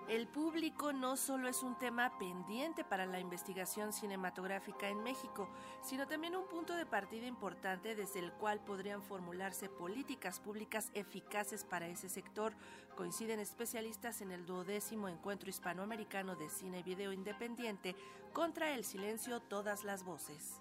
El público no solo es un tema pendiente para la investigación cinematográfica en México, sino también un punto de partida importante desde el cual podrían formularse políticas públicas eficaces para ese sector, coinciden especialistas en el 12º Encuentro Hispanoamericano de Cine y Video Independiente contra el silencio todas las voces.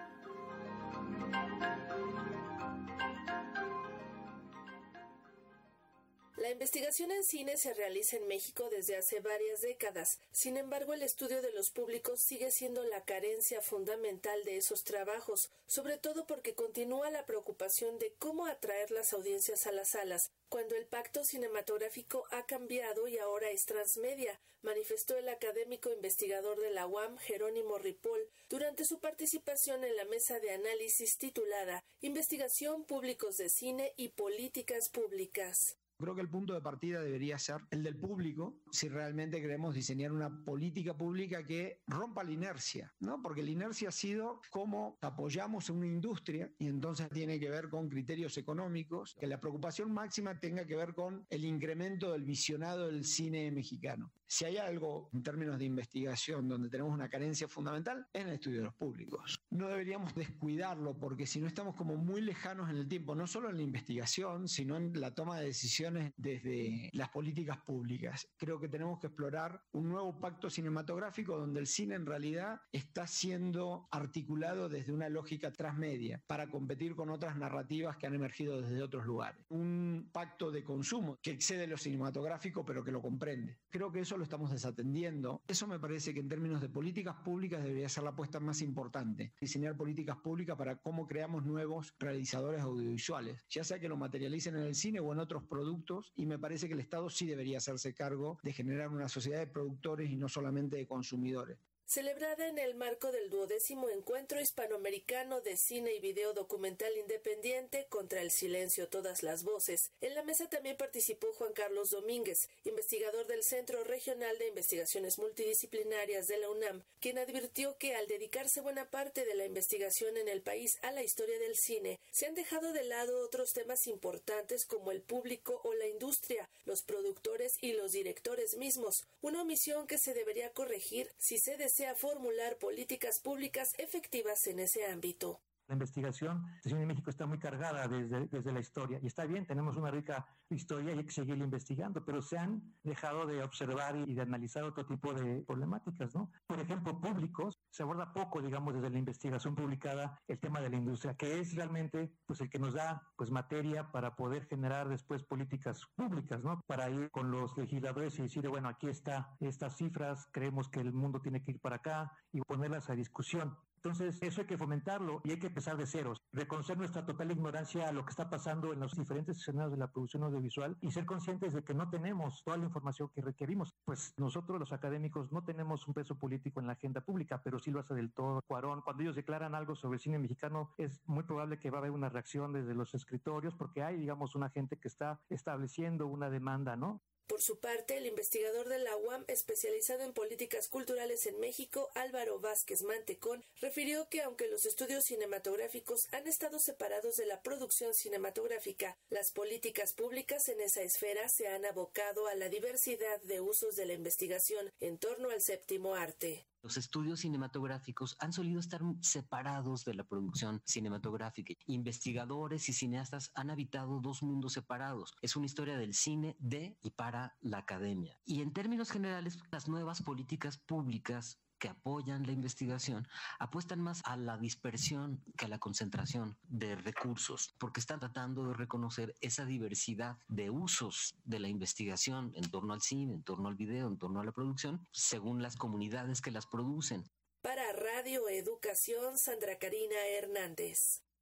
La investigación en cine se realiza en México desde hace varias décadas. Sin embargo, el estudio de los públicos sigue siendo la carencia fundamental de esos trabajos, sobre todo porque continúa la preocupación de cómo atraer las audiencias a las salas, cuando el pacto cinematográfico ha cambiado y ahora es transmedia, manifestó el académico investigador de la UAM, Jerónimo Ripoll, durante su participación en la mesa de análisis titulada Investigación, Públicos de Cine y Políticas Públicas. Creo que el punto de partida debería ser el del público, si realmente queremos diseñar una política pública que rompa la inercia, ¿no? Porque la inercia ha sido cómo apoyamos una industria y entonces tiene que ver con criterios económicos, que la preocupación máxima tenga que ver con el incremento del visionado del cine mexicano. Si hay algo en términos de investigación donde tenemos una carencia fundamental, es en el estudio de los públicos. No deberíamos descuidarlo porque si no estamos como muy lejanos en el tiempo, no solo en la investigación, sino en la toma de decisiones desde las políticas públicas. Creo que tenemos que explorar un nuevo pacto cinematográfico donde el cine en realidad está siendo articulado desde una lógica transmedia para competir con otras narrativas que han emergido desde otros lugares. Un pacto de consumo que excede lo cinematográfico pero que lo comprende. Creo que eso lo estamos desatendiendo. Eso me parece que en términos de políticas públicas debería ser la apuesta más importante. Diseñar políticas públicas para cómo creamos nuevos realizadores audiovisuales, ya sea que lo materialicen en el cine o en otros productos, y me parece que el Estado sí debería hacerse cargo de generar una sociedad de productores y no solamente de consumidores. Celebrada en el marco del 12º Encuentro Hispanoamericano de Cine y Video Documental Independiente contra el silencio todas las voces. En la mesa también participó Juan Carlos Domínguez, investigador del Centro Regional de Investigaciones Multidisciplinarias de la UNAM, quien advirtió que al dedicarse buena parte de la investigación en el país a la historia del cine, se han dejado de lado otros temas importantes como el público o la industria, los productores y los directores mismos, una omisión que se debería corregir si se desea formular políticas públicas efectivas en ese ámbito. La investigación de cine en México está muy cargada desde la historia, y está bien, tenemos una rica historia y hay que seguirla investigando, pero se han dejado de observar y de analizar otro tipo de problemáticas, ¿no? Por ejemplo, públicos, se aborda poco, digamos, desde la investigación publicada el tema de la industria, que es realmente pues el que nos da pues materia para poder generar después políticas públicas, ¿no? Para ir con los legisladores y decir, bueno, aquí está estas cifras, creemos que el mundo tiene que ir para acá y ponerlas a discusión. Entonces, eso hay que fomentarlo y hay que empezar de ceros, reconocer nuestra total ignorancia a lo que está pasando en los diferentes escenarios de la producción audiovisual y ser conscientes de que no tenemos toda la información que requerimos. Pues nosotros, los académicos, no tenemos un peso político en la agenda pública, pero sí lo hace del todo Cuarón. Cuando ellos declaran algo sobre el cine mexicano, es muy probable que va a haber una reacción desde los escritorios porque hay, digamos, una gente que está estableciendo una demanda, ¿no? Por su parte, el investigador de la UAM especializado en políticas culturales en México, Álvaro Vázquez Mantecón, refirió que aunque los estudios cinematográficos han estado separados de la producción cinematográfica, las políticas públicas en esa esfera se han abocado a la diversidad de usos de la investigación en torno al séptimo arte. Los estudios cinematográficos han solido estar separados de la producción cinematográfica. Investigadores y cineastas han habitado dos mundos separados. Es una historia del cine de y para la academia. Y en términos generales, las nuevas políticas públicas que apoyan la investigación apuestan más a la dispersión que a la concentración de recursos, porque están tratando de reconocer esa diversidad de usos de la investigación en torno al cine, en torno al video, en torno a la producción, según las comunidades que las producen. Para Radio Educación, Sandra Karina Hernández.